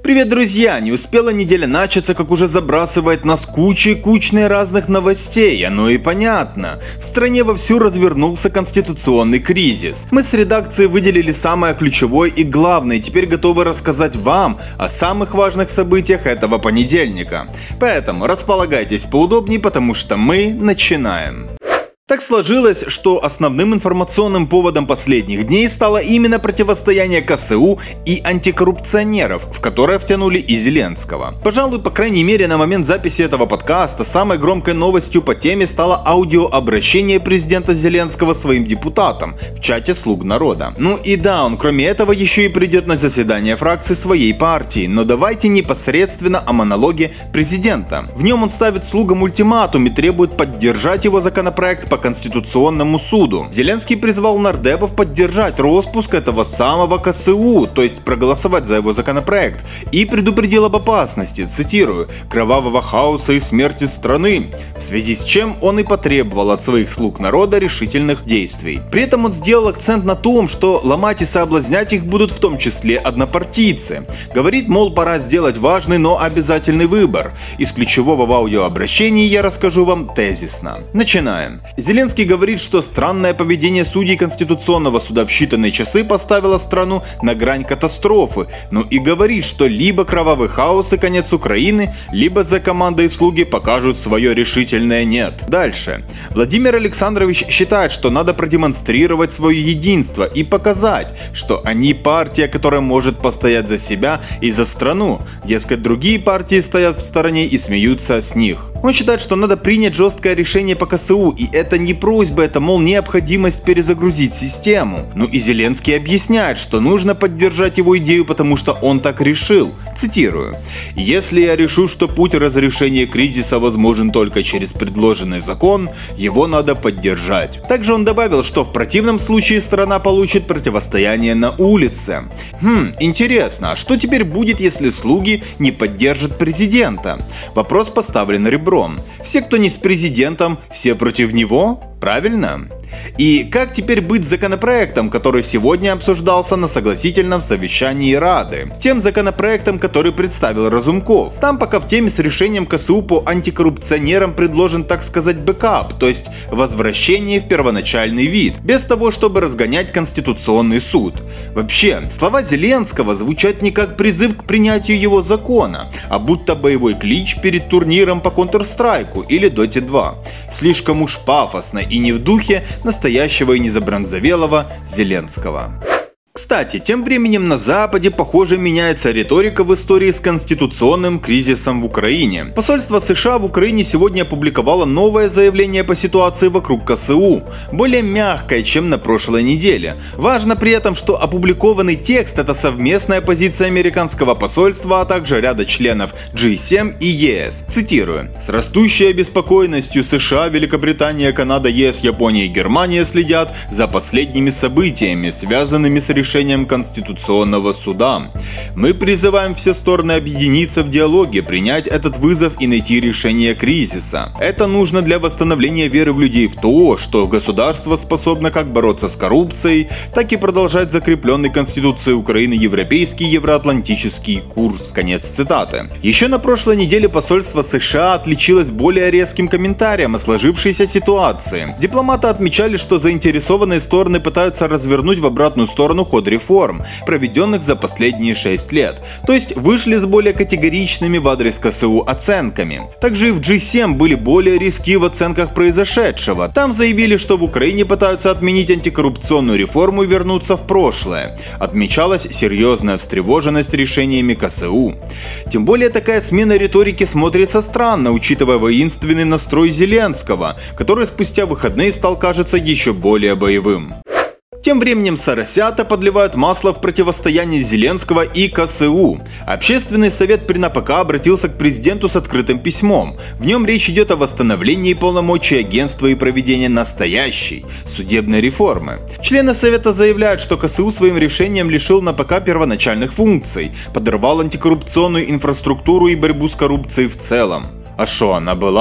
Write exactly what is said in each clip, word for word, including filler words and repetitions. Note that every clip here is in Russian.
Привет, друзья! Не успела неделя начаться, как уже забрасывает нас кучей кучной разных новостей. Оно и понятно. В стране вовсю развернулся конституционный кризис. Мы с редакцией выделили самое ключевое и главное, и теперь готовы рассказать вам о самых важных событиях этого понедельника. Поэтому располагайтесь поудобнее, потому что мы начинаем. Так сложилось, что основным информационным поводом последних дней стало именно противостояние ка эс у и антикоррупционеров, в которое втянули и Зеленского. Пожалуй, по крайней мере на момент записи этого подкаста, самой громкой новостью по теме стало аудиообращение президента Зеленского своим депутатам в чате «Слуг народа». Ну и да, он кроме этого еще и придет на заседание фракции своей партии, но давайте непосредственно о монологе президента. В нем он ставит слугам ультиматум и требует поддержать его законопроект по Конституционному суду. Зеленский призвал нардепов поддержать распуск этого самого ка эс у, то есть проголосовать за его законопроект, и предупредил об опасности, цитирую, «кровавого хаоса и смерти страны», в связи с чем он и потребовал от своих слуг народа решительных действий. При этом он сделал акцент на том, что ломать и соблазнять их будут в том числе однопартийцы. Говорит, мол, пора сделать важный, но обязательный выбор. Из ключевого в аудиообращении я расскажу вам тезисно. Начинаем. Зеленский говорит, что странное поведение судей Конституционного суда в считанные часы поставило страну на грань катастрофы, ну и говорит, что либо кровавый хаос и конец Украины, либо за командой слуги покажут свое решительное «нет». Дальше. Владимир Александрович считает, что надо продемонстрировать свое единство и показать, что они партия, которая может постоять за себя и за страну. Дескать, другие партии стоят в стороне и смеются с них. Он считает, что надо принять жесткое решение по ка эс у, и это не просьба, это, мол, необходимость перезагрузить систему. Ну и Зеленский объясняет, что нужно поддержать его идею, потому что он так решил. Цитирую. «Если я решу, что путь разрешения кризиса возможен только через предложенный закон, его надо поддержать». Также он добавил, что в противном случае страна получит противостояние на улице. Хм, интересно, а что теперь будет, если слуги не поддержат президента? Вопрос поставлен ребром. Все, кто не с президентом, все против него? Правильно? И как теперь быть с законопроектом, который сегодня обсуждался на согласительном совещании Рады? Тем законопроектом, который представил Разумков. Там пока в теме с решением ка эс у по антикоррупционерам предложен, так сказать, бэкап, то есть возвращение в первоначальный вид, без того, чтобы разгонять Конституционный суд. Вообще, слова Зеленского звучат не как призыв к принятию его закона, а будто боевой клич перед турниром по Counter-Strike или Доте два. Слишком уж пафосно и не в духе настоящего и незабронзовелого Зеленского. Кстати, тем временем на Западе, похоже, меняется риторика в истории с конституционным кризисом в Украине. Посольство США в Украине сегодня опубликовало новое заявление по ситуации вокруг ка эс у, более мягкое, чем на прошлой неделе. Важно при этом, что опубликованный текст — это совместная позиция американского посольства, а также ряда членов джи семь и е эс. Цитирую. «С растущей обеспокоенностью США, Великобритания, Канада, е эс, Япония и Германия следят за последними событиями, связанными с решением решением Конституционного суда. Мы призываем все стороны объединиться в диалоге, принять этот вызов и найти решение кризиса. Это нужно для восстановления веры в людей в то, что государство способно как бороться с коррупцией, так и продолжать закрепленный Конституцией Украины европейский евроатлантический курс». Конец цитаты. Еще на прошлой неделе посольство США отличилось более резким комментарием о сложившейся ситуации. Дипломаты отмечали, что заинтересованные стороны пытаются развернуть в обратную сторону ход реформ, проведенных за последние шесть лет, то есть вышли с более категоричными в адрес ка эс у оценками. Также и в джи семь были более риски в оценках произошедшего. Там заявили, что в Украине пытаются отменить антикоррупционную реформу и вернуться в прошлое. Отмечалась серьезная встревоженность решениями ка эс у. Тем более такая смена риторики смотрится странно, учитывая воинственный настрой Зеленского, который спустя выходные стал, кажется, еще более боевым. Тем временем соросята подливают масло в противостояние Зеленского и ка эс у. Общественный совет при эн а пэ ка обратился к президенту с открытым письмом. В нем речь идет о восстановлении полномочий агентства и проведении настоящей судебной реформы. Члены совета заявляют, что ка эс у своим решением лишил эн а пэ ка первоначальных функций, подорвал антикоррупционную инфраструктуру и борьбу с коррупцией в целом. А шо, она была?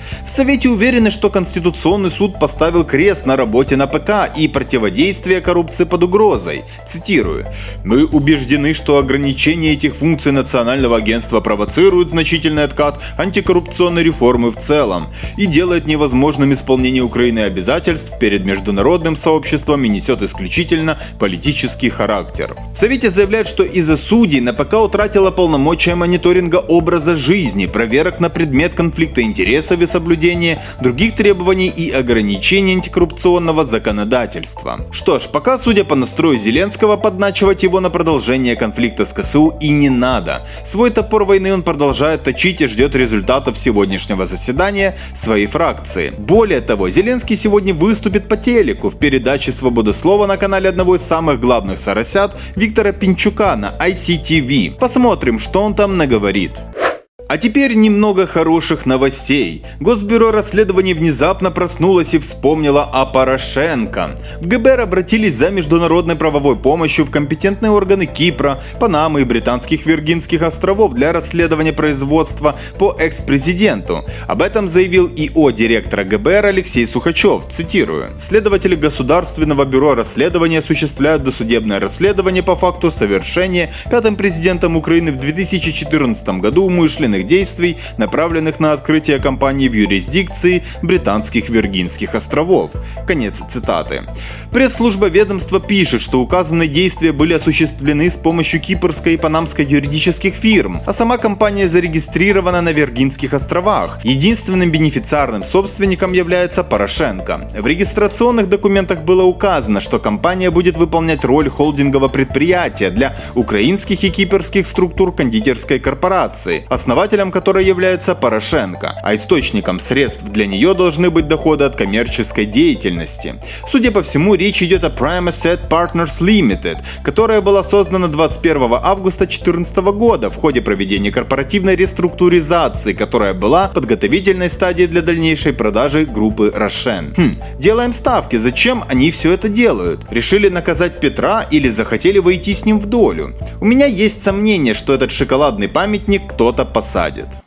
В Совете уверены, что Конституционный суд поставил крест на работе на ПК и противодействие коррупции под угрозой. Цитирую. «Мы убеждены, что ограничение этих функций Национального агентства провоцирует значительный откат антикоррупционной реформы в целом и делает невозможным исполнение Украины обязательств перед международным сообществом и несет исключительно политический характер». В Совете заявляют, что из-за судей на ПК утратила полномочия мониторинга образа жизни, проверок на предмет конфликта интересов и соблюдения других требований и ограничений антикоррупционного законодательства. Что ж, пока, судя по настрою Зеленского, подначивать его на продолжение конфликта с КСУ и не надо. Свой топор войны он продолжает точить и ждет результатов сегодняшнего заседания своей фракции. Более того, Зеленский сегодня выступит по телеку в передаче «Свобода слова» на канале одного из самых главных соросят Виктора Пинчука на ай си ти ви. Посмотрим, что он там наговорит. А теперь немного хороших новостей. Госбюро расследований внезапно проснулось и вспомнило о Порошенко. В гэ бэ эр обратились за международной правовой помощью в компетентные органы Кипра, Панамы и Британских Виргинских островов для расследования производства по экс-президенту. Об этом заявил и о директора гэ бэ эр Алексей Сухачев. Цитирую. «Следователи Государственного бюро расследований осуществляют досудебное расследование по факту совершения пятым президентом Украины в две тысячи четырнадцатом году умышленных действий, направленных на открытие компании в юрисдикции Британских Виргинских островов». Конец цитаты. Пресс-служба ведомства пишет, что указанные действия были осуществлены с помощью кипрской и панамской юридических фирм, а сама компания зарегистрирована на Виргинских островах. Единственным бенефициарным собственником является Порошенко. В регистрационных документах было указано, что компания будет выполнять роль холдингового предприятия для украинских и кипрских структур кондитерской корпорации, основателем которой является Порошенко, а источником средств для нее должны быть доходы от коммерческой деятельности. Судя по всему, речь идет о Prime Asset Partners Limited, которая была создана двадцать первого августа две тысячи четырнадцатого года в ходе проведения корпоративной реструктуризации, которая была подготовительной стадией для дальнейшей продажи группы Рошен. Хм, делаем ставки, зачем они все это делают? Решили наказать Петра или захотели войти с ним в долю? У меня есть сомнение, что этот шоколадный памятник кто-то посадит.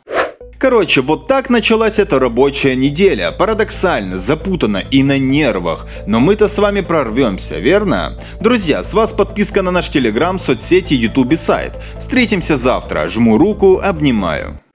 Короче, вот так началась эта рабочая неделя. Парадоксально, запутанно и на нервах. Но мы-то с вами прорвемся, верно? Друзья, с вас подписка на наш телеграм, соцсети, ютуб и сайт. Встретимся завтра. Жму руку, обнимаю.